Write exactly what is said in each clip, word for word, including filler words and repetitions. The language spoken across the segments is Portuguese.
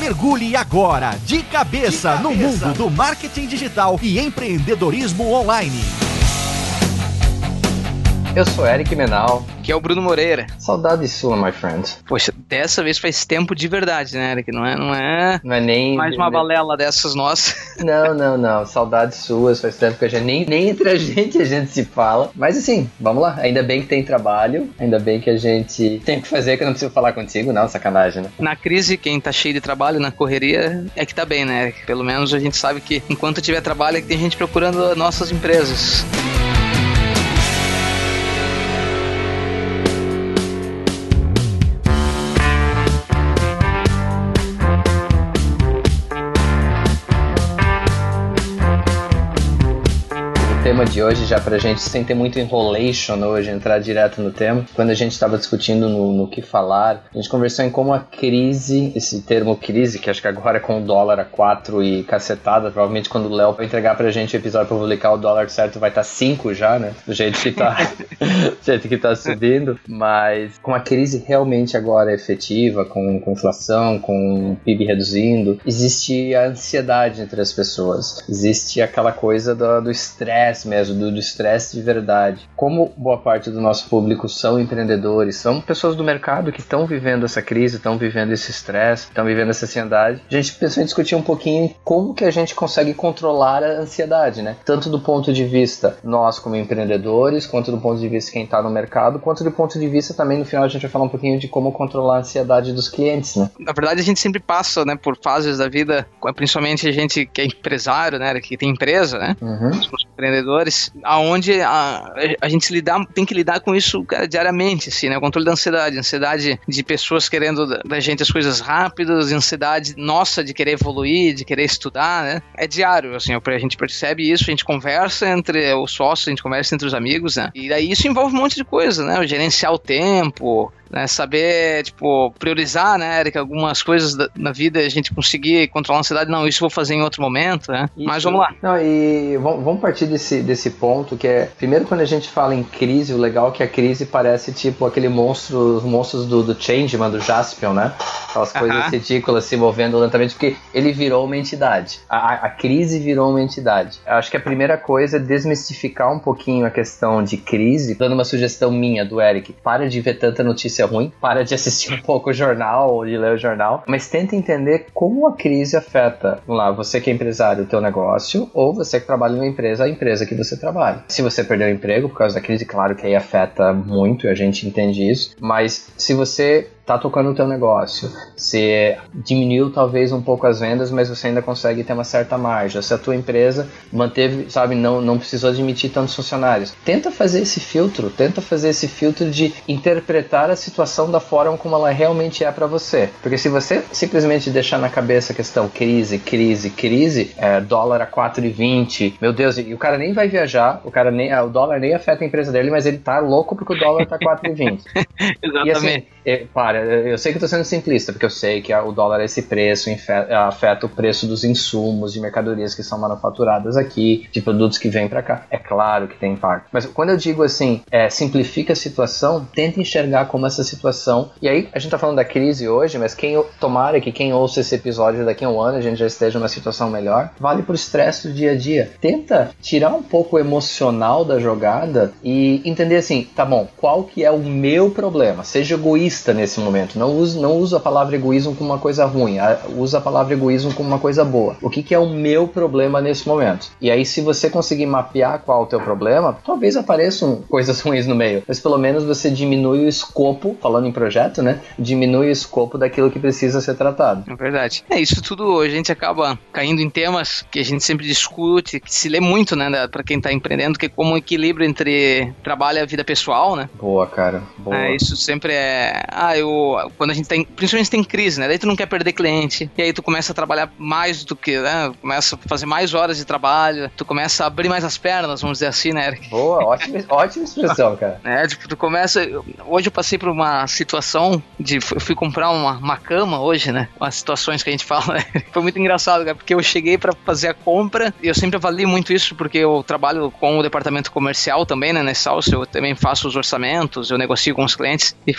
Mergulhe agora, de cabeça, de cabeça. no mundo do marketing digital e empreendedorismo online. Eu sou Eric Menal. Que é o Bruno Moreira. Saudade sua, my friend. Poxa, dessa vez faz tempo de verdade, né, Eric? Não é, não é, não é nem mais uma balela dessas nossas. Não, não, não. Saudades suas. Faz tempo que a gente nem, nem entre a gente a gente se fala. Mas assim, vamos lá. Ainda bem que tem trabalho. Ainda bem que a gente tem o que fazer, que eu não preciso falar contigo. Não, sacanagem, né? Na crise, quem tá cheio de trabalho, na correria, é que tá bem, né, Eric? Pelo menos a gente sabe que enquanto tiver trabalho é que tem gente procurando nossas empresas. O tema de hoje, já pra gente, sem ter muito enrolation hoje, entrar direto no tema, quando a gente estava discutindo no, no que falar, a gente conversou em como a crise, esse termo crise, que acho que agora é com o dólar a quatro e cacetada, provavelmente quando o Léo vai entregar pra gente o episódio pra publicar, o dólar certo vai estar cinco já, né, do jeito que tá, do jeito que tá subindo, mas com a crise realmente agora efetiva, com, com inflação, com o P I B reduzindo, existe a ansiedade entre as pessoas, existe aquela coisa do estresse mesmo, do estresse de verdade. Como boa parte do nosso público são empreendedores, são pessoas do mercado que estão vivendo essa crise, estão vivendo esse estresse, estão vivendo essa ansiedade, a gente pensou em discutir um pouquinho como que a gente consegue controlar a ansiedade, né? Tanto do ponto de vista nós como empreendedores, quanto do ponto de vista quem está no mercado, quanto do ponto de vista também, no final a gente vai falar um pouquinho de como controlar a ansiedade dos clientes, né? Na verdade a gente sempre passa, né, por fases da vida, principalmente a gente que é empresário, né, que tem empresa, né? Uhum. Os empreendedores, aonde a, a gente se lidar, tem que lidar com isso, cara, diariamente, assim, né? O controle da ansiedade, ansiedade de pessoas querendo da, da gente as coisas rápidas, ansiedade nossa de querer evoluir, de querer estudar, né? É diário, assim, a gente percebe isso, a gente conversa entre os sócios, a gente conversa entre os amigos, né? E daí isso envolve um monte de coisa, né? O gerenciar o tempo, né, saber, tipo, priorizar, né, Eric, algumas coisas da, na vida, a gente conseguir controlar a ansiedade, não, isso eu vou fazer em outro momento, né, isso. Mas vamos lá. Não, e vamos partir desse, desse ponto, que é, primeiro quando a gente fala em crise, o legal é que a crise parece tipo aquele monstro, os monstros do, do Changeman, do Jaspion, né, aquelas coisas uh-huh. ridículas se movendo lentamente, porque ele virou uma entidade, a, a crise virou uma entidade. Eu acho que a primeira coisa é desmistificar um pouquinho a questão de crise, dando uma sugestão minha, do Eric, para de ver tanta notícia ruim, para de assistir um pouco o jornal ou de ler o jornal, mas tenta entender como a crise afeta, vamos lá, você que é empresário, o teu negócio, ou você que trabalha numa empresa, a empresa que você trabalha. Se você perdeu o emprego por causa da crise, claro que aí afeta muito, e a gente entende isso, mas se você tá tocando o teu negócio, você diminuiu talvez um pouco as vendas, mas você ainda consegue ter uma certa margem. Se a tua empresa manteve, sabe, não, não precisou admitir tantos funcionários, tenta fazer esse filtro, tenta fazer esse filtro de interpretar a situação da forma como ela realmente é para você. Porque se você simplesmente deixar na cabeça a questão crise, crise, crise, é, dólar a quatro e vinte, meu Deus, e o cara nem vai viajar, o cara nem, o dólar nem afeta a empresa dele, mas ele tá louco porque o dólar tá quatro e vinte. Exatamente. E assim, é, para, eu sei que eu tô sendo simplista, porque eu sei que o dólar é esse preço, afeta o preço dos insumos, de mercadorias que são manufaturadas aqui, de produtos que vêm para cá. É claro que tem impacto. Mas quando eu digo assim, é, simplifica a situação, tenta enxergar como essa situação, e aí a gente tá falando da crise hoje, mas quem tomara que quem ouça esse episódio daqui a um ano a gente já esteja numa situação melhor, vale pro estresse do dia a dia. Tenta tirar um pouco o emocional da jogada e entender assim, tá bom, qual que é o meu problema? Seja egoísta nesse momento. Não usa, não usa a palavra egoísmo como uma coisa ruim, usa a palavra egoísmo como uma coisa boa. O que, que é o meu problema nesse momento? E aí, se você conseguir mapear qual é o teu problema, talvez apareçam coisas ruins no meio, mas pelo menos você diminui o escopo, falando em projeto, né? Diminui o escopo daquilo que precisa ser tratado. É verdade. É, isso tudo a gente acaba caindo em temas que a gente sempre discute, que se lê muito, né, pra quem tá empreendendo, que é como um equilíbrio entre trabalho e a vida pessoal, né? Boa, cara. Boa. É, isso sempre é... Ah, eu... Quando a gente tem... Principalmente tem crise, né? Daí tu não quer perder cliente. E aí tu começa a trabalhar mais do que... Né? Começa a fazer mais horas de trabalho. Tu começa a abrir mais as pernas, vamos dizer assim, né, Eric? Boa, ótima, ótima expressão, cara. É, tipo, tu começa... Hoje eu passei por uma situação de... Eu fui comprar uma, uma cama hoje, né? Umas situações que a gente fala, né? Foi muito engraçado, cara, porque eu cheguei pra fazer a compra e eu sempre avalio muito isso porque eu trabalho com o departamento comercial também, né? Na Salsa, eu também faço os orçamentos, eu negocio com os clientes e foi engraçado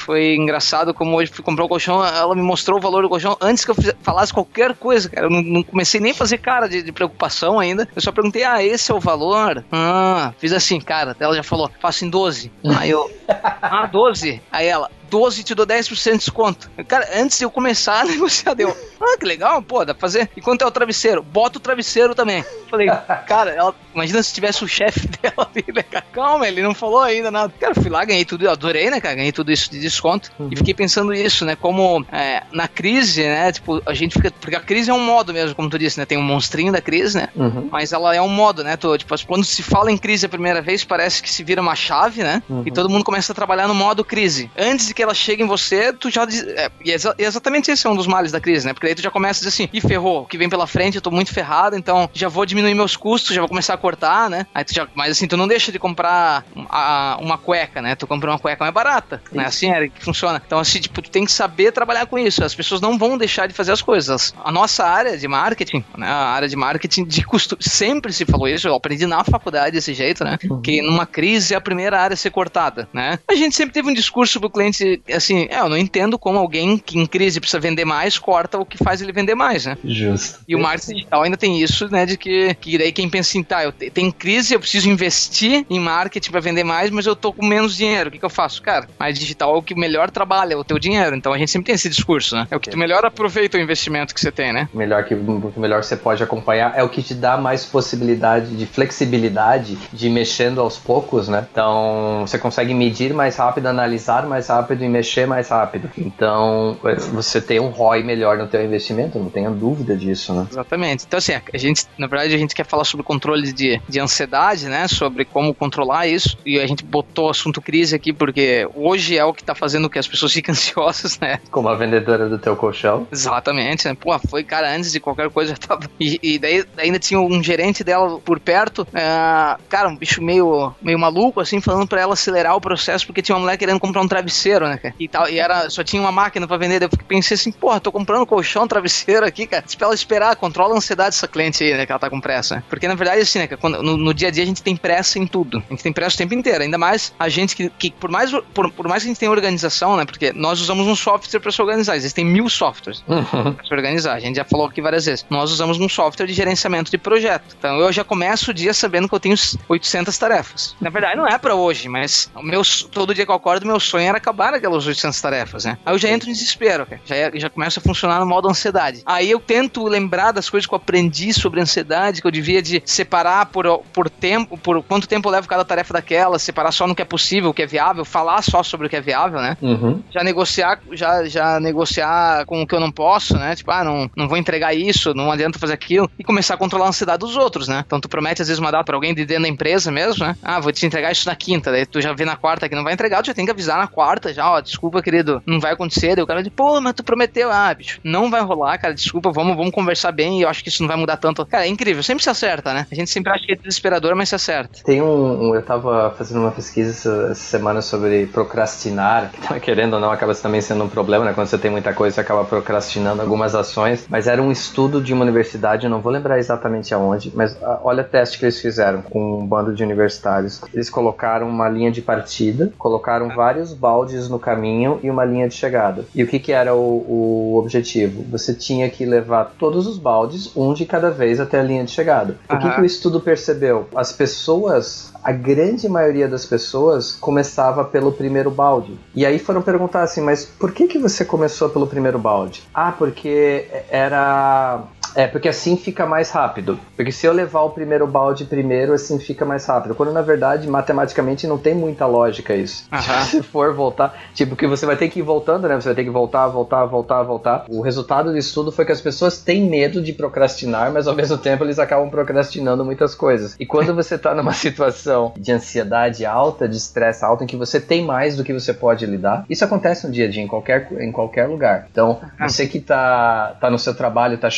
engraçado como hoje fui comprar o colchão, ela me mostrou o valor do colchão antes que eu fiz, falasse qualquer coisa, cara. Eu não, não comecei nem a fazer cara de, de preocupação ainda. Eu só perguntei, ah, esse é o valor? Ah, fiz assim, cara. Ela já falou, faço em doze. Aí eu, ah, doze? Aí ela, doze, te dou dez por cento de desconto. Cara, antes de eu começar a negociar, deu, ah, que legal, pô, dá pra fazer. E quanto é o travesseiro? Bota o travesseiro também. Falei, cara, ela, imagina se tivesse o chefe dela ali, né, cara? Calma, ele não falou ainda nada. Cara, fui lá, ganhei tudo, adorei, né, cara, ganhei tudo isso de desconto. Uhum. E fiquei pensando isso, né, como é, na crise, né, tipo, a gente fica, porque a crise é um modo mesmo, como tu disse, né, tem um monstrinho da crise, né, uhum. mas ela é um modo, né, tu, tipo, quando se fala em crise a primeira vez, parece que se vira uma chave, né, uhum. e todo mundo começa a trabalhar no modo crise. Antes de que ela chegue em você, tu já diz, é, e é exatamente esse é um dos males da crise, né, porque aí tu já começa a dizer assim, ih, ferrou, o que vem pela frente, eu tô muito ferrado, então já vou diminuir meus custos, já vou começar a cortar, né, aí tu já, mas assim, tu não deixa de comprar a, uma cueca, né, tu compra uma cueca mais barata, isso. né, assim é que funciona. Então assim, tipo, tu tem que saber trabalhar com isso, as pessoas não vão deixar de fazer as coisas. A nossa área de marketing, né, a área de marketing de custo, sempre se falou isso, eu aprendi na faculdade desse jeito, né, uhum. que numa crise é a primeira área a ser cortada, né. A gente sempre teve um discurso pro cliente, assim, é, eu não entendo como alguém que em crise precisa vender mais, corta o que faz ele vender mais, né. Justo. E o marketing digital ainda tem isso, né, de que, que daí quem pensa assim, tá, eu te, tem crise, eu preciso investir em marketing pra vender mais, mas eu tô com menos dinheiro, o que que eu faço? Cara, mais digital é o que melhor trabalha, é o teu dinheiro, então a gente sempre tem esse discurso, né, é o que tu melhor aproveita o investimento que você tem, né. Melhor que o melhor você pode acompanhar, é o que te dá mais possibilidade de flexibilidade, de ir mexendo aos poucos, né, então você consegue medir mais rápido, analisar mais rápido e mexer mais rápido, então você tem um R O I melhor no teu investimento, não tenha dúvida disso, né. Exatamente, então assim, a gente, na verdade a gente quer falar sobre controle de, de ansiedade, né, sobre como controlar isso, e a gente botou o assunto crise aqui porque hoje é o que tá fazendo que as pessoas fiquem ansiosas, né. Como a vendedora do teu colchão. Exatamente, né, pô, foi, cara, antes de qualquer coisa, tava... e, e daí ainda tinha um gerente dela por perto, é, cara, um bicho meio, meio maluco, assim, falando pra ela acelerar o processo porque tinha uma mulher querendo comprar um travesseiro, né, cara, e, tal, e era, só tinha uma máquina pra vender, daí eu pensei assim, porra, tô comprando colchão, travesseiro aqui, cara, pra ela esperar, controla a ansiedade dessa cliente aí, né, que ela tá com pressa, né? Porque na verdade, assim, né, quando, no, no dia a dia a gente tem pressa em tudo, a gente tem pressa o tempo inteiro, ainda mais a gente que, que por, mais, por, por mais que a gente tenha organização, né, porque nós usamos um software pra se organizar, existem mil softwares uhum. pra se organizar, a gente já falou aqui várias vezes, nós usamos um software de gerenciamento de projeto, então eu já começo o dia sabendo que eu tenho oitocentas tarefas, na verdade não é pra hoje, mas o meu, todo dia que eu acordo, meu sonho era acabar aquelas oitocentas tarefas, né, aí eu já entro em desespero, cara. Já, já começa a funcionar no modo ansiedade, aí eu tento lembrar das coisas que eu aprendi sobre ansiedade, que eu devia de separar por, por tempo, por quanto tempo eu levo cada tarefa daquela, separar só no que é possível, o que é viável, falar só sobre o que é viável, né? Uhum. Já negociar, já, já negociar com o que eu não posso, né? Tipo, ah, não, não vou entregar isso, não adianta fazer aquilo, e começar a controlar a ansiedade dos outros, né? Então tu promete às vezes uma data pra alguém de dentro da empresa mesmo, né? Ah, vou te entregar isso na quinta, daí tu já vê na quarta que não vai entregar, tu já tem que avisar na quarta já, ó, desculpa, querido, não vai acontecer, daí o cara diz, pô, mas tu prometeu, ah, bicho, não vai rolar, cara, desculpa, vamos, vamos conversar bem, eu acho que isso não vai mudar tanto. Cara, é incrível, sempre se acerta, né? A gente sempre acha que é desesperador, mas se acerta. Tem um, um eu tava fazendo uma pesquisa essa, essa semana sobre procrastinar, que querendo ou não, acaba também sendo um problema, né? Quando você tem muita coisa, você acaba procrastinando algumas ações, mas era um estudo de uma universidade, eu não vou lembrar exatamente aonde, mas olha o teste que eles fizeram com um bando de universitários. Eles colocaram uma linha de partida, colocaram vários baldes no caminho e uma linha de chegada. E o que que era o, o objetivo? Você tinha que levar todos os baldes, um de cada vez até a linha de chegada. Uhum. O que que o estudo percebeu? As pessoas, a grande maioria das pessoas começava pelo primeiro balde. E aí foram perguntar assim, mas por que que você começou pelo primeiro balde? Ah, porque era... É, porque assim fica mais rápido. Porque se eu levar o primeiro balde primeiro, assim fica mais rápido. Quando na verdade, matematicamente, não tem muita lógica isso. Uhum. Se for voltar, tipo, que você vai ter que ir voltando, né? Você vai ter que voltar, voltar, voltar, voltar. O resultado do estudo foi que as pessoas têm medo de procrastinar, mas ao mesmo tempo eles acabam procrastinando muitas coisas. E quando você tá numa situação de ansiedade alta, de estresse alto, em que você tem mais do que você pode lidar, isso acontece no dia a dia, em qualquer, em qualquer lugar. Então, você que tá, tá no seu trabalho, tá chateado,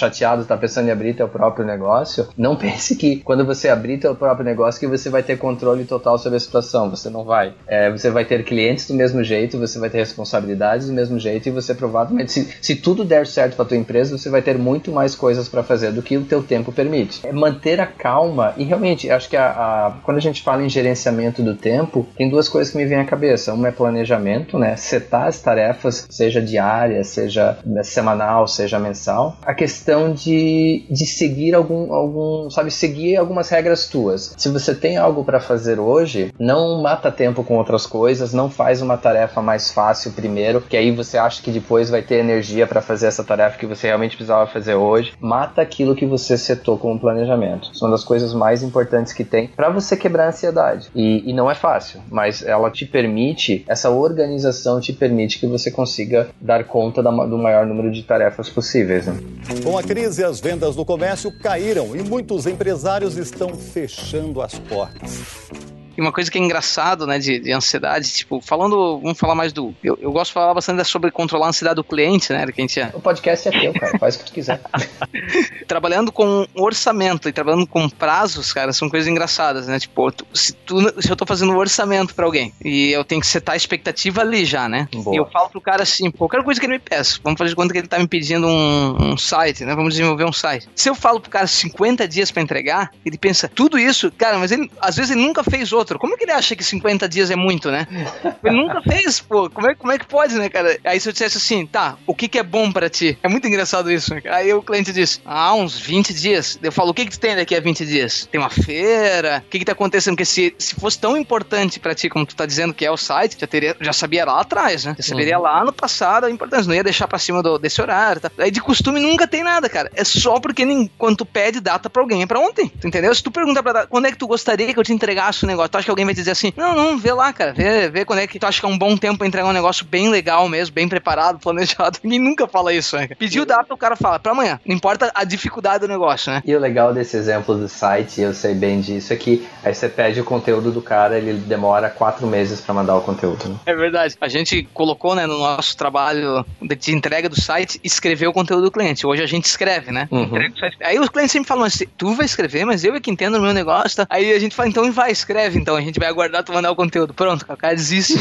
está pensando em abrir teu próprio negócio, não pense que quando você abrir teu próprio negócio que você vai ter controle total sobre a situação. Você não vai. É, você vai ter clientes do mesmo jeito, você vai ter responsabilidades do mesmo jeito e você provavelmente, se, se tudo der certo para tua empresa, você vai ter muito mais coisas para fazer do que o teu tempo permite. É manter a calma e realmente, acho que a, a, quando a gente fala em gerenciamento do tempo, tem duas coisas que me vêm à cabeça. Uma é planejamento, né? Setar as tarefas, seja diária, seja semanal, seja mensal. A questão de, de seguir algum, algum, sabe, seguir algumas regras tuas. Se você tem algo para fazer hoje, não mata tempo com outras coisas, não faz uma tarefa mais fácil primeiro, que aí você acha que depois vai ter energia para fazer essa tarefa que você realmente precisava fazer hoje. Mata aquilo que você setou como planejamento. São das coisas mais importantes que tem para você quebrar a ansiedade. E, e não é fácil, mas ela te permite, essa organização te permite que você consiga dar conta da, do maior número de tarefas possíveis. Né? Com a crise, as vendas do comércio caíram e muitos empresários estão fechando as portas. E uma coisa que é engraçado, né, de, de ansiedade, tipo, falando, vamos falar mais do... Eu, eu gosto de falar bastante sobre controlar a ansiedade do cliente, né, que a gente é... O podcast é teu, cara, faz o que tu quiser. Trabalhando com orçamento e trabalhando com prazos, cara, são coisas engraçadas, né, tipo, tu, se, tu, se eu tô fazendo um orçamento pra alguém e eu tenho que setar a expectativa ali já, né, Boa. E eu falo pro cara assim, qualquer coisa que ele me peça, vamos fazer de conta que ele tá me pedindo um, um site, né, vamos desenvolver um site. Se eu falo pro cara cinquenta dias pra entregar, ele pensa, tudo isso, cara, mas ele, às vezes ele nunca fez outro. Como é que ele acha que cinquenta dias é muito, né? Ele nunca fez, pô. Como é, como é que pode, né, cara? Aí se eu dissesse assim, tá, o que que é bom pra ti? É muito engraçado isso, né? Aí o cliente diz, ah, uns vinte dias. Eu falo, o que que tu tem daqui a vinte dias? Tem uma feira? O que que tá acontecendo? Porque se, se fosse tão importante pra ti como tu tá dizendo que é o site, já, teria, já sabia lá atrás, né? Já saberia uhum. lá no passado a importância. Não ia deixar pra cima do, desse horário, tá? Aí de costume nunca tem nada, cara. É só porque nem, quando tu pede data pra alguém é pra ontem, tu entendeu? Se tu perguntar pra quando é que tu gostaria que eu te entregasse o negócio, tu acha que alguém vai dizer assim, não, não, vê lá, cara, vê, vê quando é que tu acha que é um bom tempo pra entregar um negócio bem legal mesmo, bem preparado, planejado. Ninguém nunca fala isso, né? Pediu data, o cara fala, pra amanhã. Não importa a dificuldade do negócio, né? E o legal desse exemplo do site, eu sei bem disso, é que aí você pede o conteúdo do cara, ele demora quatro meses pra mandar o conteúdo, né? É verdade. A gente colocou, né, no nosso trabalho de entrega do site, escrever o conteúdo do cliente. Hoje a gente escreve, né? Uhum. Aí os clientes sempre falam assim, tu vai escrever, mas eu é que entendo o meu negócio, tá? Aí a gente fala, então vai, escreve, então. A gente vai aguardar tu mandar o conteúdo. Pronto, o cara desiste.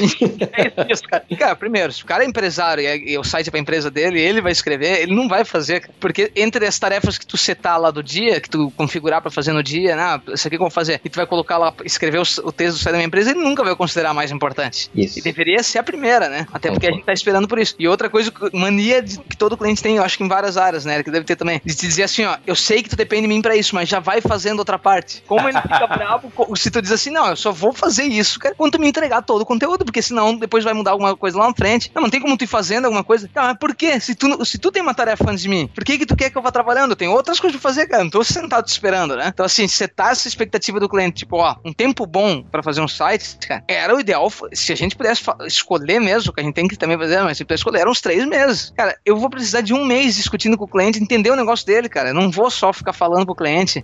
É isso, cara. E, cara, primeiro, se o cara é empresário e, e o site é pra empresa dele, ele vai escrever, ele não vai fazer, cara. Porque entre as tarefas que tu setar lá do dia, que tu configurar pra fazer no dia, né, isso aqui que eu vou fazer, e tu vai colocar lá, escrever o, o texto do site da minha empresa, ele nunca vai considerar mais importante. Isso. E deveria ser a primeira, né? Até porque a gente tá esperando por isso. E outra coisa, mania de, que todo cliente tem, eu acho que em várias áreas, né, que deve ter também, de te dizer assim, ó, eu sei que tu depende de mim pra isso, mas já vai fazendo outra parte. Como ele fica bravo se tu diz assim, não, eu só vou fazer isso, cara, quando tu me entregar todo o conteúdo, porque senão depois vai mudar alguma coisa lá na frente. Não, não tem como tu ir fazendo alguma coisa. Cara, mas por quê? Se tu, se tu tem uma tarefa antes de mim, por que que tu quer que eu vá trabalhando? Eu tenho outras coisas pra fazer, cara. Não tô sentado te esperando, né? Então, assim, setar essa expectativa do cliente, tipo, ó, um tempo bom pra fazer um site, cara, era o ideal, se a gente pudesse escolher mesmo, que a gente tem que também fazer, mas se pudesse escolher, eram uns três meses. Cara, eu vou precisar de um mês discutindo com o cliente, entender o negócio dele, cara. Eu não vou só ficar falando pro cliente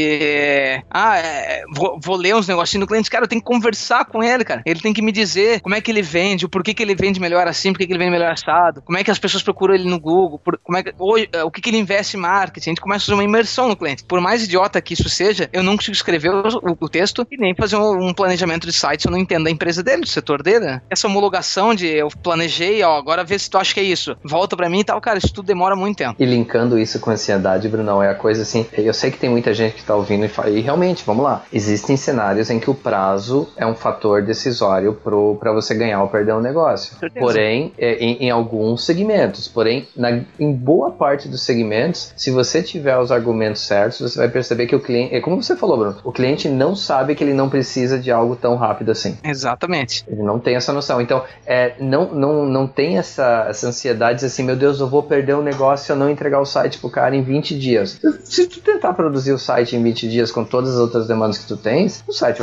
que, ah, é, vou, vou ler uns negocinhos do cliente. Cara, eu tenho que conversar com ele, cara. Ele tem que me dizer como é que ele vende, o porquê que ele vende melhor assim, porquê que ele vende melhor assado, como é que as pessoas procuram ele no Google, por, como é que, ou, o que que ele investe em marketing. A gente começa a fazer uma imersão no cliente. Por mais idiota que isso seja, eu não consigo escrever o, o, o texto e nem fazer um, um planejamento de site se eu não entendo a empresa dele, do setor dele. Né? Essa homologação de eu planejei, ó, agora vê se tu acha que é isso. Volta pra mim e tal, cara, isso tudo demora muito tempo. E linkando isso com ansiedade, Brunão, é a coisa assim, eu sei que tem muita gente que tá ouvindo e fala, e realmente, vamos lá, existem cenários em que o prazo é um fator decisório pro, pra você ganhar ou perder um negócio. Porém, é, em, em alguns segmentos, porém, na, em boa parte dos segmentos, se você tiver os argumentos certos, você vai perceber que o cliente, é como você falou, Bruno, o cliente não sabe que ele não precisa de algo tão rápido assim. Exatamente. Ele não tem essa noção. Então, é, não, não, não tem essa, essa ansiedade de assim, meu Deus, eu vou perder o negócio se eu não entregar o site pro cara em vinte dias. Se tu tentar produzir o site em vinte dias com todas as outras demandas que tu tens, o site vai ficar uma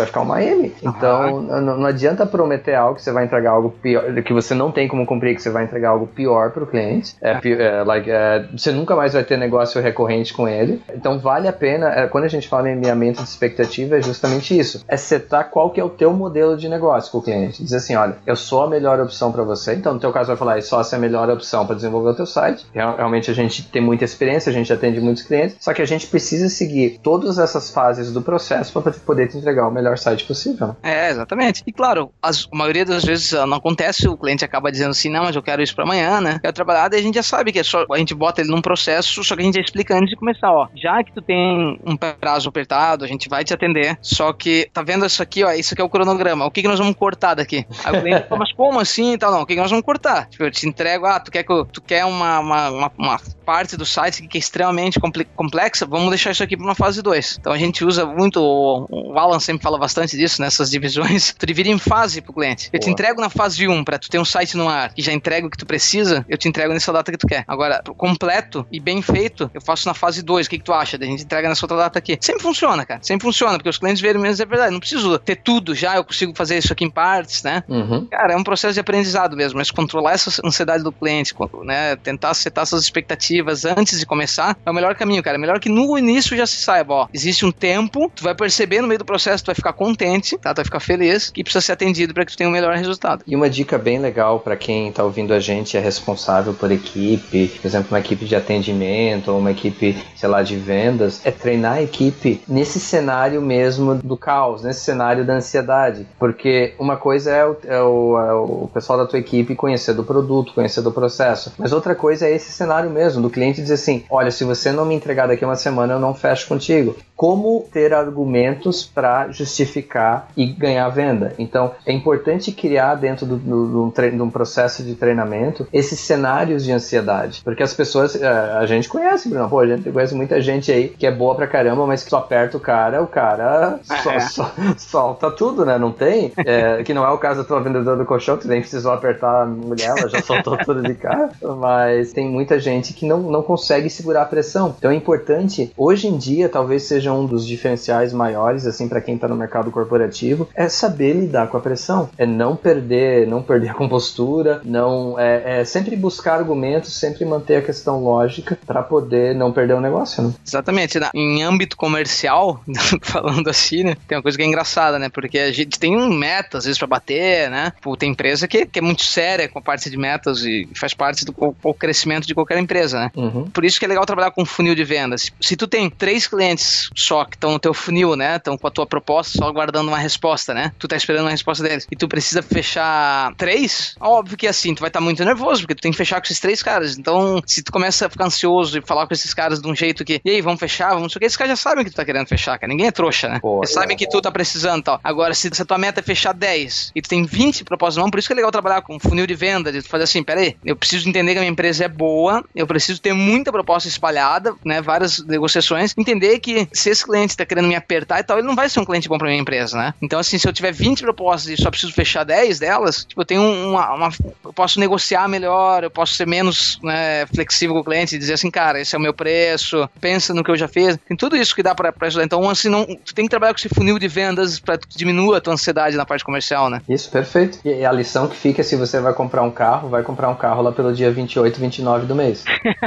ele. Então, uhum. não, não adianta prometer algo que você vai entregar algo pior, que você não tem como cumprir, que você vai entregar algo pior pro cliente. É, é, like, é, você nunca mais vai ter negócio recorrente com ele. Então, vale a pena, é, quando a gente fala em alinhamento de expectativa, é justamente isso. É setar qual que é o teu modelo de negócio com o cliente. Dizer assim, olha, eu sou a melhor opção para você. Então, no teu caso, vai falar, sócio é a melhor opção para desenvolver o teu site. Realmente, a gente tem muita experiência, a gente atende muitos clientes, só que a gente precisa seguir todas essas fases do processo para poder te entregar o melhor site possível. É, exatamente. E claro, as, a maioria das vezes não acontece, o cliente acaba dizendo assim, não, mas eu quero isso para amanhã, né? Quero trabalhar, daí a gente já sabe que é só, a gente bota ele num processo, só que a gente já explica antes de começar, ó, já que tu tem um prazo apertado, a gente vai te atender, só que, tá vendo isso aqui, ó, isso aqui é o cronograma, o que que nós vamos cortar daqui? Aí o cliente fala, mas como assim e tal? Não, o que que nós vamos cortar? Tipo, eu te entrego, ah, tu quer, que eu, tu quer uma, uma, uma, uma parte do site que é extremamente complexa, vamos deixar isso aqui para uma fase dois. Então a gente usa muito, o Alan sempre fala bastante disso, nessas divisões, tu divide em fase pro cliente. Eu Boa. te entrego na fase um para tu ter um site no ar, que já entrega o que tu precisa, eu te entrego nessa data que tu quer. Agora, completo e bem feito, eu faço na fase dois, o que que tu acha? A gente entrega nessa outra data aqui. Sempre funciona, cara, sempre funciona, porque os clientes veem mesmo, é verdade, não preciso ter tudo já, eu consigo fazer isso aqui em partes, né? Uhum. Cara, é um processo de aprendizado mesmo, mas controlar essa ansiedade do cliente, né, tentar setar essas expectativas antes de começar, é o melhor caminho, cara. É melhor que no início já se saiba, ó, existe um tempo, tu vai perceber no meio do processo, tu vai ficar contente, tá? Tu vai ficar feliz, que precisa ser atendido para que tu tenha um melhor resultado. E uma dica bem legal para quem tá ouvindo a gente, é responsável por equipe, por exemplo, uma equipe de atendimento ou uma equipe, sei lá, de vendas, é treinar a equipe nesse cenário mesmo do caos, nesse cenário da ansiedade, porque uma coisa é o, é o, é o pessoal da tua equipe conhecer do produto, conhecer do processo, mas outra coisa é esse cenário mesmo, do cliente dizer assim, olha, se você não me entregar daqui a uma semana, eu não fecho contigo. Como ter argumentos para justificar e ganhar venda? Então, é importante criar dentro do, do, do, tre- de um processo de treinamento esses cenários de ansiedade, porque as pessoas, a gente conhece, Bruno, pô, a gente conhece muita gente aí que é boa pra caramba, mas que só aperta o cara, o cara só, é. só, solta tudo, né? Não tem, é, que não é o caso da tua vendedora do colchão, que nem precisou apertar a mulher, ela já soltou tudo de cara, mas tem muita gente que não, não consegue segurar a pressão. Então é importante, hoje em dia, talvez seja um dos diferenciais maiores, assim, para quem tá no mercado corporativo, é saber lidar com a pressão, é não perder, não perder a compostura, não, é, é sempre buscar argumentos, sempre manter a questão lógica para poder não perder o negócio, né? Exatamente, em âmbito comercial, falando assim, né, tem uma coisa que é engraçada, né, porque a gente tem um meta, às vezes, para bater, né, pô, tem empresa que, que é muito séria com a parte de metas e faz parte do, do crescimento de qualquer empresa, né? Uhum. Por isso que é legal trabalhar com funil de vendas. Se tu tem três clientes só que estão no teu funil, né, estão com a tua proposta só aguardando uma resposta, né, tu tá esperando uma resposta deles e tu precisa fechar três, óbvio que assim, tu vai estar tá muito nervoso, porque tu tem que fechar com esses três caras. Então, se tu começa a ficar ansioso e falar com esses caras de um jeito que, e aí, vamos fechar, vamos, não sei o que, esses caras já sabem que tu tá querendo fechar, cara, ninguém é trouxa, né? Pô, eles é, sabem que tu tá precisando e tal. Agora, se, se a tua meta é fechar dez e tu tem vinte propostas na mão, por isso que é legal trabalhar com funil de venda, de tu fazer assim, peraí, eu preciso entender que a minha empresa é boa, eu preciso ter muita proposta espalhada, né, várias negociações, entender que se esse cliente tá querendo me apertar e tal, ele não vai ser um cliente bom pra minha empresa, né? Então, assim, se eu tiver vinte propostas e só preciso fechar dez delas, tipo, eu tenho uma, uma eu posso negociar melhor, eu posso ser menos, né, flexível com o cliente e dizer assim, cara, esse é o meu preço, pensa no que eu já fiz, tem tudo isso que dá pra, pra ajudar. Então, assim, não, tu tem que trabalhar com esse funil de vendas pra que diminua a tua ansiedade na parte comercial, né? Isso, perfeito. E a lição que fica, se você vai comprar um carro, vai comprar um carro lá pelo dia vinte e oito, vinte e nove do mês.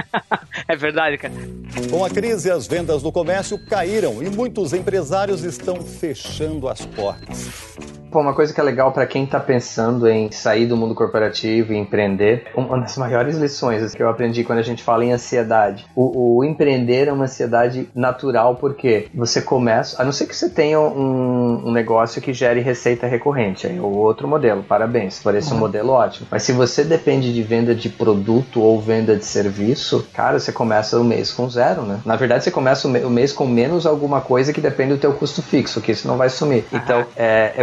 É verdade, cara. Com a crise, as vendas no comércio caíram e muitos empresários estão fechando as portas. Pô, uma coisa que é legal para quem está pensando em sair do mundo corporativo e empreender, uma das maiores lições que eu aprendi quando a gente fala em ansiedade. O, o empreender é uma ansiedade natural, porque você começa, a não ser que você tenha um, um negócio que gere receita recorrente, aí é o outro modelo, parabéns, se for esse uhum. um modelo, ótimo. Mas se você depende de venda de produto ou venda de serviço, cara, você começa o mês com zero, né? Na verdade, você começa o mês com menos alguma coisa que depende do teu custo fixo, que isso não vai sumir. Então, é, é muito difícil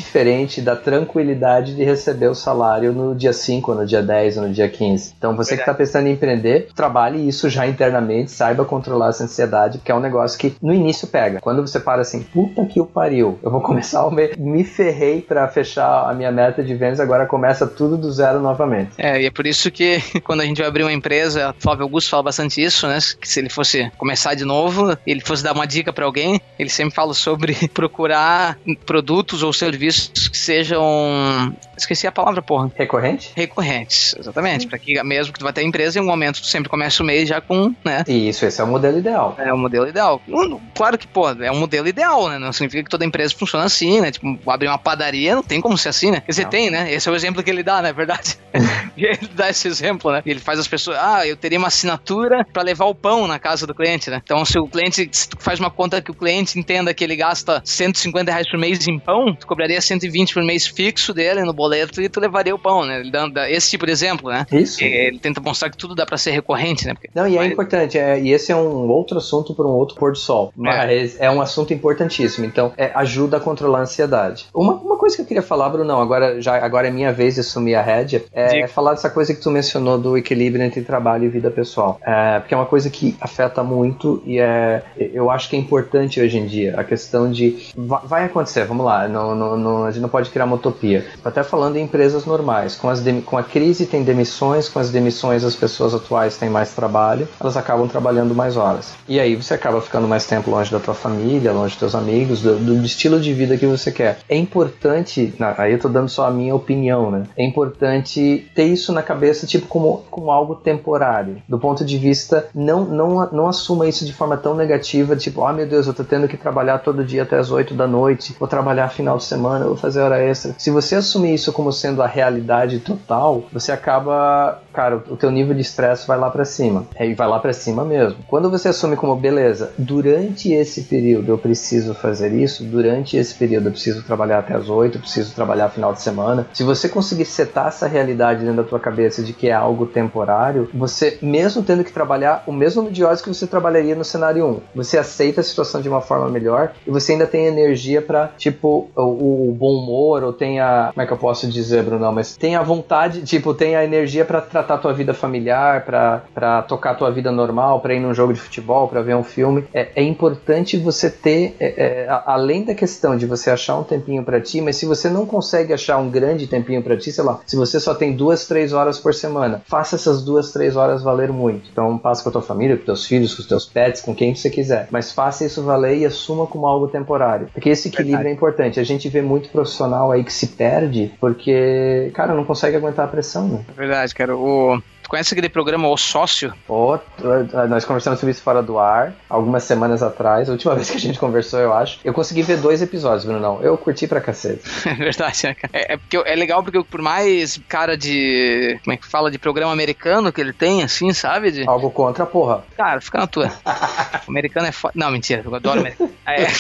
diferente da tranquilidade de receber o salário no dia cinco, no dia dez ou no dia quinze. Então você que está pensando em empreender, trabalhe isso já internamente, saiba controlar essa ansiedade, porque é um negócio que no início pega. Quando você para assim, puta que o pariu, eu vou começar o mês, me ferrei para fechar a minha meta de vendas, agora começa tudo do zero novamente. É, e é por isso que quando a gente vai abrir uma empresa, o Flávio Augusto fala bastante isso, né? Que se ele fosse começar de novo, ele fosse dar uma dica para alguém, ele sempre fala sobre procurar produtos ou serviços que sejam... Esqueci a palavra, porra. Recorrente? Recorrentes, exatamente. Para que mesmo que tu vai ter empresa, em um momento tu sempre começa o mês já com, né? Isso, esse é o modelo ideal. É o modelo ideal. Claro que, pô, é um modelo ideal, né? Não significa que toda empresa funciona assim, né? Tipo, abrir uma padaria não tem como ser assim, né? Quer dizer, não. Tem, né? Esse é o exemplo que ele dá, não é verdade? Ele dá esse exemplo, né? Ele faz as pessoas, ah, eu teria uma assinatura para levar o pão na casa do cliente, né? Então, se o cliente, se tu faz uma conta que o cliente entenda que ele gasta cento e cinquenta reais por mês em pão, tu cobraria cento e vinte por mês fixo dele no boleto e tu levaria o pão, né? Ele dá esse tipo de exemplo, né? Isso. Ele tenta mostrar que tudo dá para ser recorrente, né? Porque não, e é mas... importante, é, e esse é um outro assunto para um outro pôr do sol, mas é, é um assunto importantíssimo, então é, ajuda a controlar a ansiedade. Uma, uma coisa que eu queria falar, Bruno, agora, já, agora é minha vez de assumir a rédea, é, é falar dessa coisa que tu mencionou do equilíbrio entre trabalho e vida pessoal, é, porque é uma coisa que afeta muito e é, eu acho que é importante hoje em dia, a questão de, vai, vai acontecer, vamos lá, não, não, não, a gente não pode criar uma utopia, até falando em empresas normais, com, as dem, com a crise tem demissões, com as demissões as pessoas atuais têm mais trabalho, elas acabam trabalhando mais horas, e aí você acaba ficando mais tempo longe da tua família, longe dos teus amigos, do, do estilo de vida que você quer. É importante, não, aí eu tô dando só a minha opinião, né? É importante ter isso na cabeça, tipo, como, como algo temporário. Do ponto de vista, não, não, não assuma isso de forma tão negativa, tipo, ah, meu Deus, eu tô tendo que trabalhar todo dia até as oito da noite, vou trabalhar final de semana, vou fazer hora extra. Se você assumir isso como sendo a realidade total, você acaba, cara, o teu nível de estresse vai lá pra cima. E vai lá pra cima mesmo. Quando você assume como, beleza, durante esse período eu preciso fazer isso, durante esse período eu preciso trabalhar até as oito, eu preciso trabalhar final de semana. Se você conseguir setar essa realidade dentro da tua cabeça de que é algo temporário, você, mesmo tendo que trabalhar o mesmo de horas que você trabalharia no cenário um, você aceita a situação de uma forma melhor e você ainda tem energia pra, tipo, o, o bom humor, ou tem a, como é que eu posso dizer, Bruno, mas tem a vontade, tipo, tem a energia pra tratar a tua vida familiar, pra, pra tocar a tua vida normal, pra ir num jogo de futebol, pra ver um filme. É, é importante você ter, é, é, além da questão de você achar um tempinho pra ti, mas se você não consegue achar um grande tempinho pra ti, sei lá, se você só tem duas, três horas por semana, faça essas duas, três horas valer muito. Então passa com a tua família, com teus filhos, com os teus pets, com quem você quiser, mas faça isso valer e assuma como algo temporário, porque esse equilíbrio Verdade. É importante. A gente vê muito profissional aí que se perde porque, cara, não consegue aguentar a pressão, né? É verdade, cara. O... Tu conhece aquele programa O Sócio? Oh, nós conversamos sobre isso fora do ar, algumas semanas atrás, a última vez que a gente conversou, eu acho. Eu consegui ver dois episódios, Bruno, não. Eu curti pra cacete. É verdade, né, cara? É, é, porque é legal porque por mais cara de... Como é que fala? De programa americano que ele tem, assim, sabe? De... Algo contra, porra. Cara, fica na tua. O americano é foda. Não, mentira, eu adoro o americano.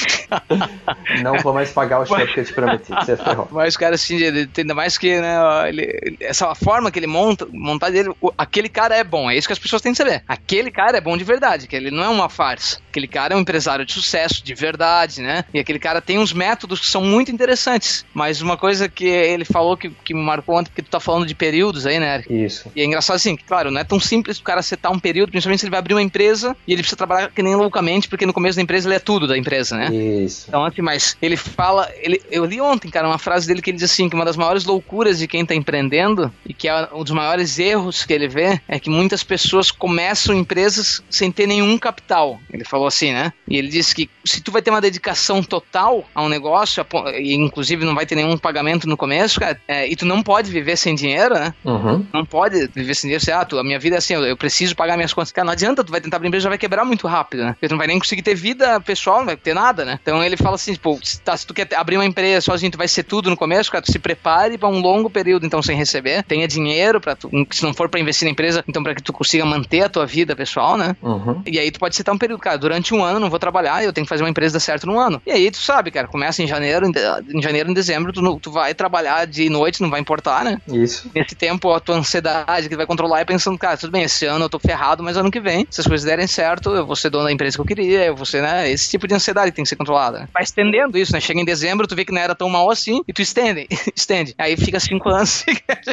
É. Não vou mais pagar o cheque que eu te prometi, você ferrou. Mas, cara, assim, ele, ainda mais que, né, ele, essa forma que ele monta, montar dele, aquele cara é bom, é isso que as pessoas têm que saber. Aquele cara é bom de verdade, que ele não é uma farsa. Aquele cara é um empresário de sucesso, de verdade, né? E aquele cara tem uns métodos que são muito interessantes. Mas uma coisa que ele falou que, que me marcou ontem, porque tu tá falando de períodos aí, né, Eric? Isso. E é engraçado assim, que, claro, não é tão simples o cara setar um período, principalmente se ele vai abrir uma empresa e ele precisa trabalhar que nem loucamente, porque no começo da empresa ele é tudo da empresa, né? Isso. Então, assim, mas ele fala, ele, eu li ontem, cara, uma frase dele que ele diz assim, que uma das maiores loucuras de quem tá empreendendo, e que é um dos maiores erros que ele vê, é que muitas pessoas começam empresas sem ter nenhum capital. Ele falou assim, né? E ele disse que se tu vai ter uma dedicação total a um negócio, e inclusive não vai ter nenhum pagamento no começo, cara, é, e tu não pode viver sem dinheiro, né? Uhum. Não pode viver sem dinheiro. Você, ah, tu, a minha vida é assim, eu, eu preciso pagar minhas contas. Cara, não adianta, tu vai tentar abrir empresa, já vai quebrar muito rápido, né? Porque tu não vai nem conseguir ter vida pessoal, não vai ter nada, né? Então ele fala assim, tipo, se, tá, se tu quer abrir uma empresa sozinho, tu vai ser tudo no começo, cara, tu se prepare para um longo período, então, sem receber, tenha dinheiro para tu, se não for para investir na empresa, então para que tu consiga manter a tua vida pessoal, né? Uhum. E aí tu pode citar um período, cara, durante um ano não vou trabalhar, eu tenho que fazer uma empresa dar certo num ano. E aí tu sabe, cara, começa em janeiro, em, de, em janeiro, em dezembro, tu, tu vai trabalhar de noite, não vai importar, né? Isso. Nesse tempo, a tua ansiedade que tu vai controlar e pensando, cara, tudo bem, esse ano eu tô ferrado, mas ano que vem, se as coisas derem certo, eu vou ser dono da empresa que eu queria, eu vou ser, né, esse tipo de ansiedade ansiedade que tem que ser controlada, né? Vai estendendo isso, né? Chega em dezembro, tu vê que não era tão mal assim, e tu estende, estende. Aí fica cinco anos.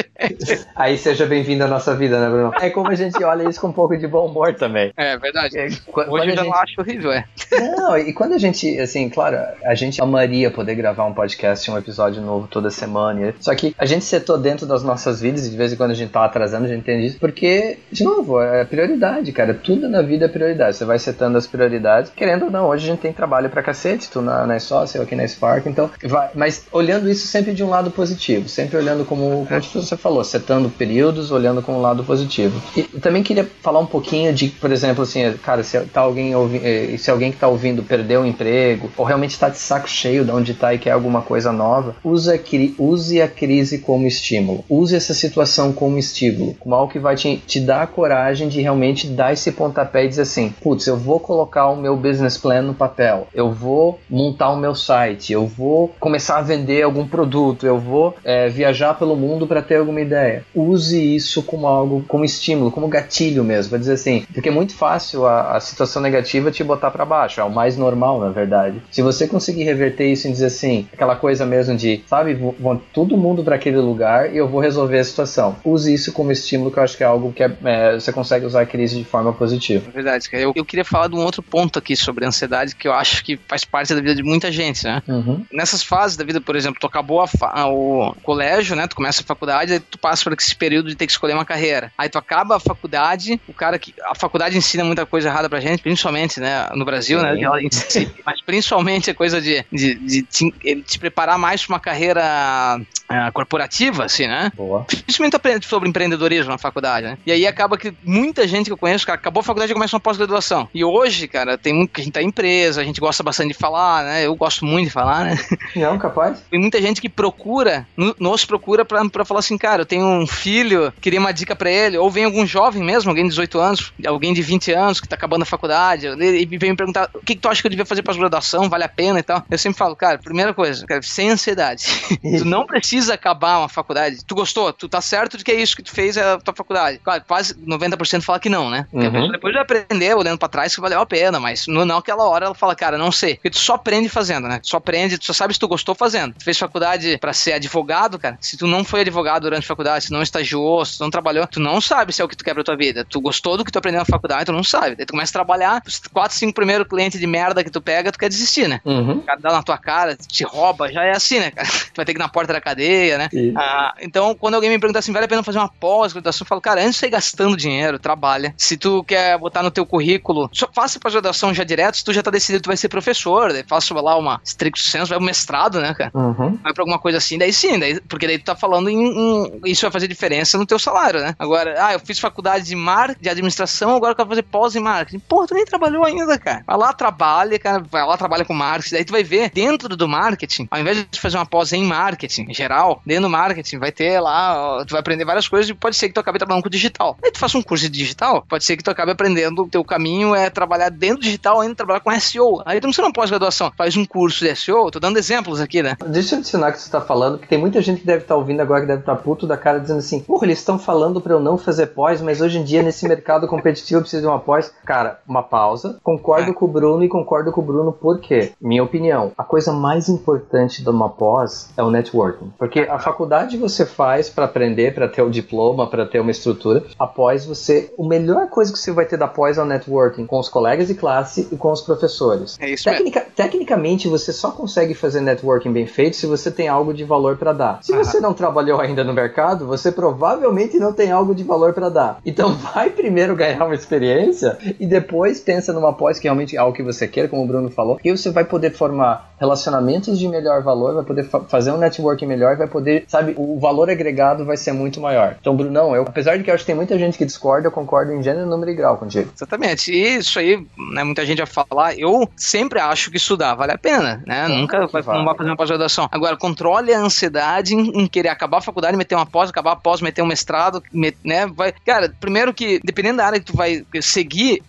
Aí seja bem-vindo à nossa vida, né, Bruno? É como a gente olha isso com um pouco de bom humor também. É verdade. É, quando, Hoje quando eu já gente... não acho horrível, é. Não, e quando a gente, assim, claro, a gente amaria poder gravar um podcast, um episódio novo toda semana, só que a gente setou dentro das nossas vidas, e de vez em quando a gente tá atrasando, a gente entende isso, porque, de novo, é prioridade, cara. Tudo na vida é prioridade. Você vai setando as prioridades. Querendo ou não, hoje a gente tem trabalho pra cacete, tu na, na Sócia, eu aqui na Spark, então, vai, mas olhando isso sempre de um lado positivo, sempre olhando como, como você falou, setando períodos, olhando com um lado positivo. E também queria falar um pouquinho de, por exemplo, assim, cara, se tá alguém ouvi, se alguém que tá ouvindo perdeu o emprego, ou realmente tá de saco cheio de onde tá e quer alguma coisa nova, use, use a crise como estímulo. Use essa situação como estímulo, como algo que vai te, te dar a coragem de realmente dar esse pontapé e dizer assim, putz, eu vou colocar o meu business plan no papel, eu vou montar o meu site, eu vou começar a vender algum produto, eu vou é, viajar pelo mundo para ter alguma ideia. Use isso como algo, como estímulo, como gatilho mesmo, para dizer assim, porque é muito fácil a, a situação negativa te botar para baixo, é o mais normal, na verdade. Se você conseguir reverter isso em dizer assim, aquela coisa mesmo de, sabe, vou, vou todo mundo para aquele lugar e eu vou resolver a situação. Use isso como estímulo, que eu acho que é algo que é, é, você consegue usar a crise de forma positiva. É verdade, cara. Eu, eu queria falar de um outro ponto aqui sobre a ansiedade, que eu acho que faz parte da vida de muita gente, né? Uhum. Nessas fases da vida, por exemplo, tu acabou a fa- o colégio, né? Tu começa a faculdade, aí tu passa por esse período de ter que escolher uma carreira. Aí tu acaba a faculdade, o cara que... A faculdade ensina muita coisa errada pra gente, principalmente, né? No Brasil, sim, né? Ela ensina, mas principalmente a coisa de, de, de te, te preparar mais pra uma carreira uh, corporativa, assim, né? Boa. Principalmente aprende sobre empreendedorismo na faculdade, né? E aí acaba que muita gente que eu conheço, cara, acabou a faculdade e começa uma pós-graduação. E hoje, cara, tem muito que a gente tá em empresa, a gente gosta bastante de falar, né? Eu gosto muito de falar, né? Não, capaz. Tem muita gente que procura, nos procura pra, pra falar assim, cara, eu tenho um filho, queria uma dica pra ele, ou vem algum jovem mesmo, alguém de dezoito anos, alguém de vinte anos que tá acabando a faculdade, e vem me perguntar, o que, que tu acha que eu devia fazer pós-graduação, vale a pena e tal? Eu sempre falo, cara, primeira coisa, cara, sem ansiedade. Tu não precisa acabar uma faculdade. Tu gostou? Tu tá certo de que é isso que tu fez a tua faculdade? Claro, quase noventa por cento fala que não, né? Porque uhum. a pessoa depois vai aprender, olhando pra trás, que valeu a pena, mas não naquela hora ela fala, cara, não sei. Porque tu só aprende fazendo, né? Tu só aprende, tu só sabe se tu gostou fazendo. Tu fez faculdade pra ser advogado, cara, se tu não foi advogado durante a faculdade, se não estagiou, se tu não trabalhou, tu não sabe se é o que tu quer pra tua vida. Tu gostou do que tu aprendeu na faculdade, tu não sabe. Daí tu começa a trabalhar, os quatro, cinco primeiros clientes de merda que tu pega, tu quer desistir, né? Uhum. O cara dá na tua cara, te rouba, já é assim, né, cara? Tu vai ter que ir na porta da cadeia, né? Ah, então, quando alguém me pergunta assim, vale a pena fazer uma pós-graduação, eu falo, cara, antes de você ir gastando dinheiro, trabalha. Se tu quer botar no teu currículo, só faça pós-graduação já direto, se tu já tá decidido, tu vai ser professor, daí faça lá uma stricto sensu, vai pro mestrado, né, cara? Uhum. Vai pra alguma coisa assim, daí sim, daí, porque daí tu tá falando em, em... Isso vai fazer diferença no teu salário, né? Agora, ah, eu fiz faculdade de marketing, de administração, agora eu quero fazer pós em marketing. Porra, tu nem trabalhou ainda, cara. Vai lá, trabalha, cara, vai lá, trabalha com marketing, daí tu vai ver, dentro do marketing, ao invés de fazer uma pós em marketing, em geral, dentro do marketing, vai ter lá, ó, tu vai aprender várias coisas e pode ser que tu acabe trabalhando com digital. Aí tu faça um curso de digital, pode ser que tu acabe aprendendo, o teu caminho é trabalhar dentro do digital, ainda trabalhar com S E O. Aí tu não precisa uma pós-graduação, faz um curso de S E O, tô dando exemplos aqui, né? Deixa eu adicionar o que você tá falando, porque tem muita gente que deve estar tá ouvindo agora, que deve estar tá puto da cara, dizendo assim, porra, eles estão falando pra eu não fazer pós, mas hoje em dia, nesse mercado competitivo, eu preciso de uma pós. Cara, uma pausa, concordo é. com o Bruno e concordo com o Bruno por quê? Minha opinião, a coisa mais importante de uma pós é o networking, porque a faculdade você faz pra aprender, pra ter o diploma, pra ter uma estrutura. Após você, a melhor coisa que você vai ter da pós é o networking com os colegas de classe e com os professores. É isso Tecnica, mesmo. Tecnicamente, você só consegue fazer networking bem feito se você tem algo de valor pra dar. Se Aham. você não trabalhou ainda no mercado, você provavelmente não tem algo de valor pra dar. Então, vai primeiro ganhar uma experiência e depois pensa numa pós que realmente é algo que você quer, como o Bruno falou, e você vai poder formar relacionamentos de melhor valor, vai poder fa- fazer um networking melhor, vai poder, sabe, o valor agregado vai ser muito maior. Então, Brunão, eu, apesar de que eu acho que tem muita gente que discorda, eu concordo em gênero, número e grau contigo. Exatamente. E isso aí, né, muita gente vai falar, eu sempre acho que estudar vale a pena, né? Ah, Nunca vai, vale. não vai fazer uma pós-graduação. Agora, controle a ansiedade em, em querer acabar a faculdade, meter uma pós, acabar a pós, meter um mestrado, met, né? Vai, cara, primeiro que, dependendo da área que tu vai seguir,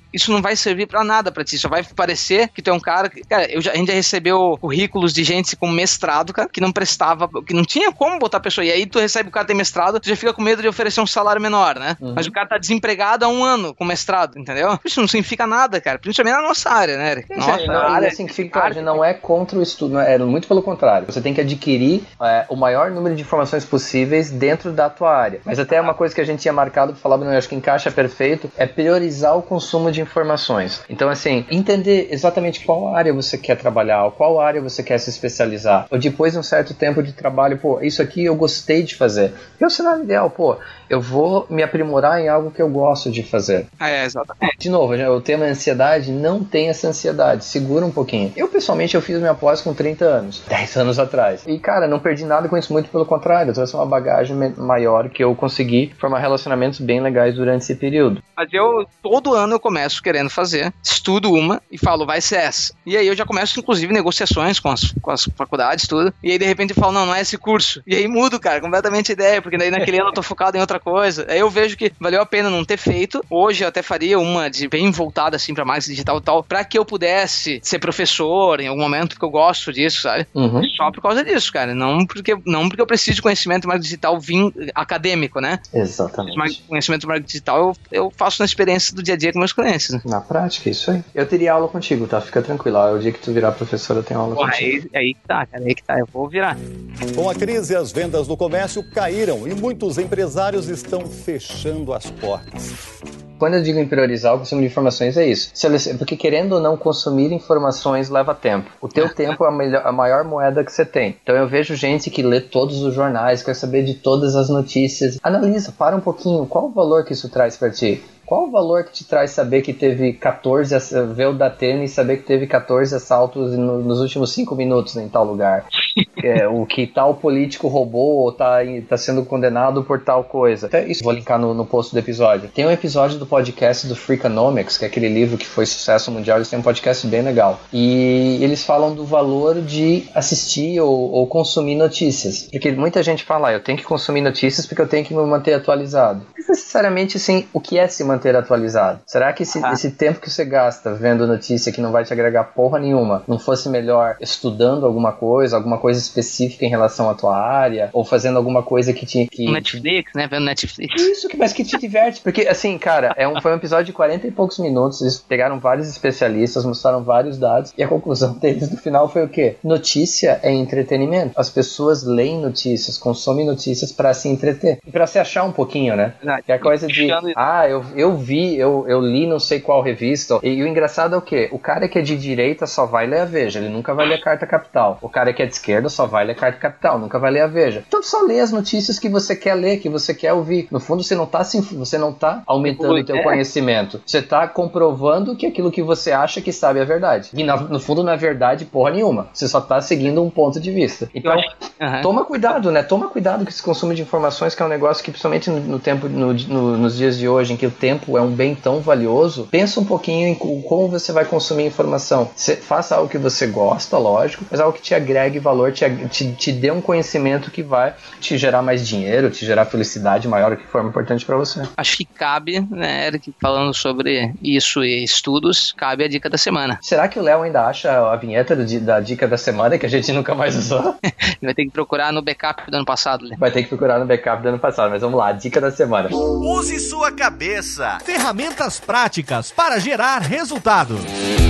isso não vai servir pra nada pra ti, só vai parecer que tu é um cara que, cara, eu já, a gente já recebeu currículos de gente com mestrado, cara, que não prestava, que não tinha como botar a pessoa, e aí tu recebe o cara que tem mestrado, tu já fica com medo de oferecer um salário menor, né? Uhum. Mas o cara tá desempregado há um ano com mestrado, entendeu? Isso não significa nada, cara, principalmente na nossa área, né, Eric? Nossa, não, a área significa, arte, não é contra o estudo, não é, é muito pelo contrário, você tem que adquirir é, o maior número de informações possíveis dentro da tua área, mas até uma coisa que a gente tinha marcado pra falar, não, eu acho que encaixa perfeito, é priorizar o consumo de informações. Então, assim, entender exatamente qual área você quer trabalhar, qual área você quer se especializar, ou depois de um certo tempo de trabalho, pô, isso aqui eu gostei de fazer. E é o cenário ideal, pô, eu vou me aprimorar em algo que eu gosto de fazer. É, exatamente. De novo, o tema ansiedade, não tem essa ansiedade, segura um pouquinho. Eu, pessoalmente, eu fiz minha pós com trinta anos, dez anos atrás. E, cara, não perdi nada com isso, muito pelo contrário, eu trouxe uma bagagem maior que eu consegui formar relacionamentos bem legais durante esse período. Mas eu, todo ano eu começo querendo fazer, estudo uma e falo, vai ser essa. E aí eu já começo, inclusive, negociações com as, com as faculdades, tudo. E aí, de repente, eu falo, não, não é esse curso. E aí mudo, cara, completamente a ideia, porque daí naquele ano eu tô focado em outra coisa. Aí eu vejo que valeu a pena não ter feito. Hoje eu até faria uma de bem voltada, assim, pra marketing digital e tal, pra que eu pudesse ser professor em algum momento, porque eu gosto disso, sabe? Uhum. Só por causa disso, cara. Não porque, não porque eu preciso de conhecimento de marketing digital vim acadêmico, né? Exatamente. Mas conhecimento de marketing digital eu, eu faço na experiência do dia a dia com meus clientes, né? Na prática, isso aí. Eu teria aula contigo, tá? Fica tranquilo. O dia que tu virar professor, eu tenho aula Porra, contigo. Aí, aí que tá, cara. Aí que tá. Eu vou virar. Com a crise, as vendas no comércio caíram e muitos empresários estão fechando as portas. Quando eu digo em priorizar o consumo de informações, é isso. Porque querendo ou não, consumir informações leva tempo. O teu tempo é a, melhor, a maior moeda que você tem. Então eu vejo gente que lê todos os jornais, quer saber de todas as notícias. Analisa, para um pouquinho, qual o valor que isso traz para ti? Qual o valor que te traz saber que teve catorze, ver o Datena e saber que teve catorze assaltos no, nos últimos cinco minutos em tal lugar? É, o que tal político roubou ou tá, tá sendo condenado por tal coisa. Até isso vou linkar no, no post do episódio. Tem um episódio do podcast do Freakonomics, que é aquele livro que foi sucesso mundial. Eles têm um podcast bem legal. E eles falam do valor de assistir ou, ou consumir notícias. Porque muita gente fala, ah, eu tenho que consumir notícias porque eu tenho que me manter atualizado. Não necessariamente, assim, o que é se manter atualizado? Será que esse, ah. esse tempo que você gasta vendo notícia que não vai te agregar porra nenhuma, não fosse melhor estudando alguma coisa, alguma coisa específica em relação à tua área, ou fazendo alguma coisa que te... Que, Netflix, né? Vendo Netflix. Isso, mas que te diverte. Porque, assim, cara, é um, foi um episódio de quarenta e poucos minutos, eles pegaram vários especialistas, mostraram vários dados, e a conclusão deles no final foi o quê? Notícia é entretenimento. As pessoas leem notícias, consomem notícias pra se entreter. E pra se achar um pouquinho, né? Que é a coisa de, ah, eu, eu vi, eu, eu li não sei qual revista. E, e o engraçado é o quê? O cara que é de direita só vai ler a Veja, ele nunca vai ler a Carta Capital. O cara que é de esquerda só vai ler a Carta Capital, nunca vai ler a Veja. Então só lê as notícias que você quer ler, que você quer ouvir. No fundo, você não tá, você não tá aumentando o teu é. conhecimento. Você tá comprovando que aquilo que você acha que sabe é verdade. E no, no fundo não é verdade porra nenhuma. Você só tá seguindo um ponto de vista. Então, uhum. toma cuidado, né? Toma cuidado com esse consumo de informações, que é um negócio que, principalmente no, no tempo, no, no, nos dias de hoje, em que o tempo é um bem tão valioso, pensa um pouquinho em como você vai consumir informação. Você faça algo que você gosta, lógico, mas algo que te agregue valor, te, te, te dê um conhecimento que vai te gerar mais dinheiro, te gerar felicidade maior, que for importante pra você. Acho que cabe, né, Eric, falando sobre isso e estudos, cabe a dica da semana. Será que o Léo ainda acha a vinheta do, da dica da semana que a gente nunca mais usou? Vai ter que procurar no backup do ano passado, né? Vai ter que procurar no backup do ano passado, mas vamos lá, dica da semana. Use sua cabeça. Ferramentas práticas para gerar resultados.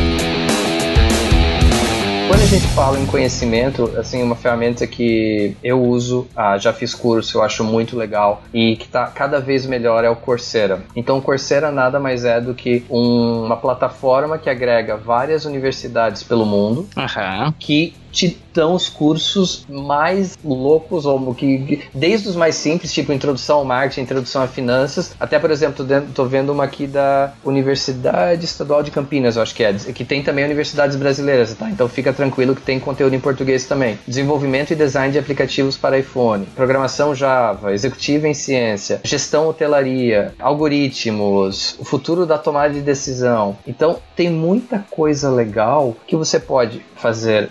Quando a gente fala em conhecimento, assim, uma ferramenta que eu uso, ah, já fiz curso, eu acho muito legal e que tá cada vez melhor é o Coursera. Então o Coursera nada mais é do que um, uma plataforma que agrega várias universidades pelo mundo, uhum. que te dão os cursos mais loucos, ou que, desde os mais simples, tipo introdução ao marketing, introdução a finanças, até, por exemplo, tô vendo uma aqui da Universidade Estadual de Campinas, eu acho que é, que tem também universidades brasileiras, tá? Então fica tranquilo que tem conteúdo em português também. Desenvolvimento e design de aplicativos para iPhone, programação Java, executivo em ciência, gestão hotelaria, algoritmos, o futuro da tomada de decisão. Então tem muita coisa legal que você pode fazer no teu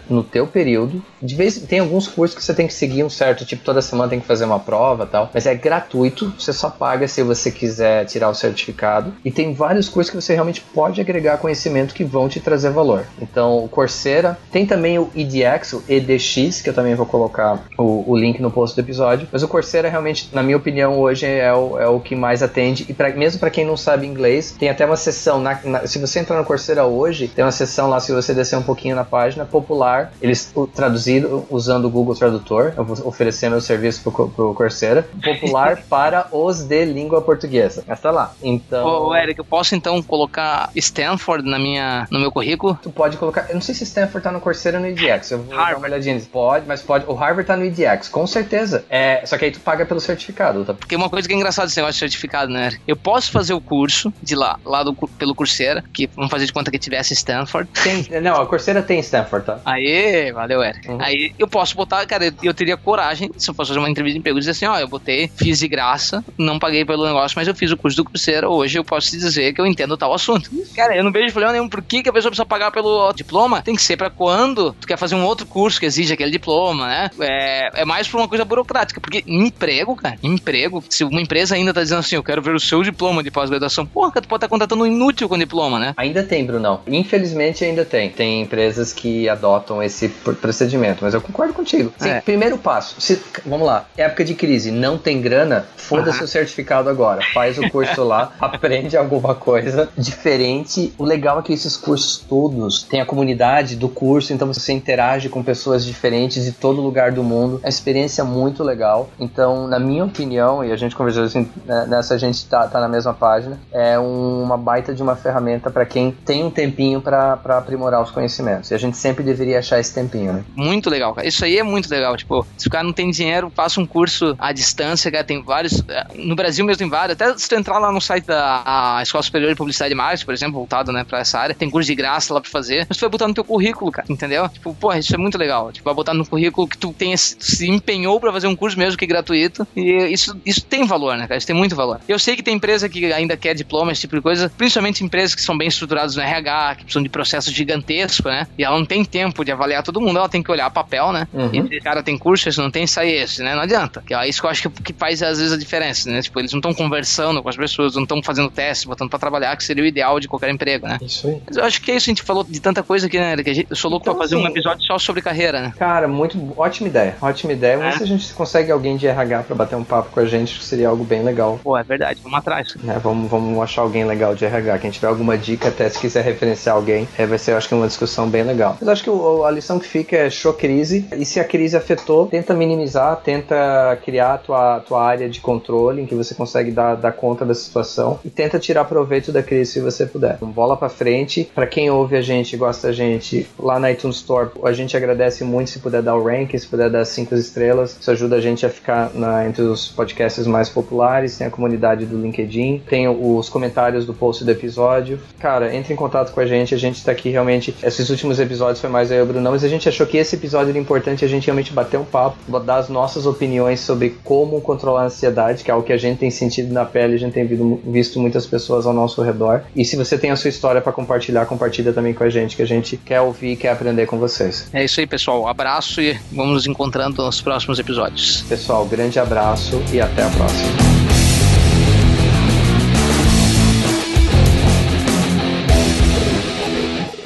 período. De vez tem alguns cursos que você tem que seguir um certo tipo, toda semana tem que fazer uma prova e tal, mas é gratuito, você só paga se você quiser tirar o certificado. E tem vários cursos que você realmente pode agregar conhecimento que vão te trazer valor. Então, o Coursera, tem também o E D X, o E D X, que eu também vou colocar o, o link no post do episódio, mas o Coursera realmente, na minha opinião, hoje é o, é o que mais atende, e pra, mesmo para quem não sabe inglês, tem até uma seção, na, na, se você entrar no Coursera hoje, tem uma seção lá, se você descer um pouquinho na página, popular, eles traduzido usando o Google Tradutor, eu vou oferecer meu serviço pro, pro Coursera, popular para os de língua portuguesa. Mas tá lá. Então... Ô, Eric, eu posso então colocar Stanford na minha, no meu currículo? Tu pode colocar, eu não sei se Stanford tá no Coursera ou no E D X, eu vou Harvard. Dar uma olhadinha. Pode, mas pode, o Harvard tá no E D X, com certeza. É, só que aí tu paga pelo certificado, tá? Porque uma coisa que é engraçada desse negócio de certificado, né? Eu posso fazer o curso de lá, lá do, pelo Coursera, que vamos fazer de conta que tivesse Stanford. Tem, não, a Coursera tem Stanford, tá? Aí, valeu, Eric. Uhum. Aí eu posso botar, cara, eu, eu teria coragem, se eu fosse fazer uma entrevista de emprego, dizer assim, ó, eu botei, fiz de graça, não paguei pelo negócio, mas eu fiz o curso do Coursera, hoje eu posso te dizer que eu entendo tal assunto. Cara, eu não vejo problema nenhum, por que, que a pessoa precisa pagar pelo diploma? Tem que ser pra quando tu quer fazer um outro curso que exige aquele diploma, né? É, é mais por uma coisa burocrática, porque emprego, cara, emprego, se uma empresa ainda tá dizendo assim, eu quero ver o seu diploma de pós-graduação, porra, tu pode estar contratando um inútil com diploma, né? Ainda tem, Brunão. Infelizmente ainda tem. Tem empresas que adotam esse procedimento, mas eu concordo contigo. Sim, é. Primeiro passo, se, vamos lá, época de crise, não tem grana, foda-se uhum. o certificado agora, faz o curso lá, aprende alguma coisa diferente. O legal é que esses cursos todos tem a comunidade do curso, então você interage com pessoas diferentes de todo lugar do mundo, é uma experiência muito legal. Então, na minha opinião, e a gente conversou assim, nessa a gente tá, tá na mesma página, é uma baita de uma ferramenta para quem tem um tempinho para aprimorar os conhecimentos, e a gente sempre deveria achar esse tempinho, né? Muito legal, cara. Isso aí é muito legal. Tipo, se o cara não tem dinheiro, faça um curso à distância, cara. Tem vários. No Brasil mesmo tem vários. Até se tu entrar lá no site da a Escola Superior de Publicidade e Marketing, por exemplo, voltado, né, pra essa área, tem curso de graça lá pra fazer. Mas tu vai botar no teu currículo, cara. Entendeu? Tipo, porra, isso é muito legal. Tipo, vai botar no currículo que tu tem esse, se empenhou pra fazer um curso mesmo que gratuito. E isso, isso tem valor, né, cara? Isso tem muito valor. Eu sei que tem empresa que ainda quer diploma, esse tipo de coisa, principalmente empresas que são bem estruturadas no R H, que precisam de processos gigantescos, né? E ela não tem tempo de avaliar todo mundo, ela tem que olhar papel, né? Uhum. E esse cara tem curso, esse não tem, sai esse, né? Não adianta. Que é isso que eu acho que, que faz às vezes a diferença, né? Tipo, eles não estão conversando com as pessoas, não estão fazendo testes, botando pra trabalhar, que seria o ideal de qualquer emprego, né? Isso aí. Mas eu acho que é isso, a gente falou de tanta coisa aqui, né, Eric? Eu sou louco então, pra fazer assim, um episódio só sobre carreira, né? Cara, muito ótima ideia, ótima ideia. Vamos é. ver se a gente consegue alguém de R H pra bater um papo com a gente, que seria algo bem legal. Pô, é verdade, vamos atrás. É, vamos, vamos achar alguém legal de R H. Quem tiver alguma dica, até se quiser referenciar alguém, é, vai ser, eu acho que, uma discussão bem legal. Mas acho que o, a lição que fica é show crise, e se a crise afetou, tenta minimizar, tenta criar a tua, tua área de controle, em que você consegue dar, dar conta da situação, e tenta tirar proveito da crise se você puder. Então, bola pra frente. Pra quem ouve a gente, gosta da gente, lá na iTunes Store, a gente agradece muito se puder dar o ranking, se puder dar cinco estrelas. Isso ajuda a gente a ficar na, entre os podcasts mais populares. Tem a comunidade do LinkedIn, tem os comentários do post do episódio. Cara, entre em contato com a gente, a gente tá aqui realmente, esses últimos episódios foi mais eu e o Brunão, mas a gente achou que esse episódio era importante a gente realmente bater um papo, dar as nossas opiniões sobre como controlar a ansiedade, que é algo que a gente tem sentido na pele, a gente tem visto muitas pessoas ao nosso redor. E se você tem a sua história para compartilhar, compartilha também com a gente, que a gente quer ouvir e quer aprender com vocês. É isso aí, pessoal. Abraço e vamos nos encontrando nos próximos episódios. Pessoal, grande abraço e até a próxima.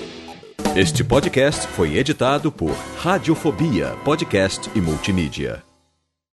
Este podcast foi editado por Radiofobia, podcast e multimídia.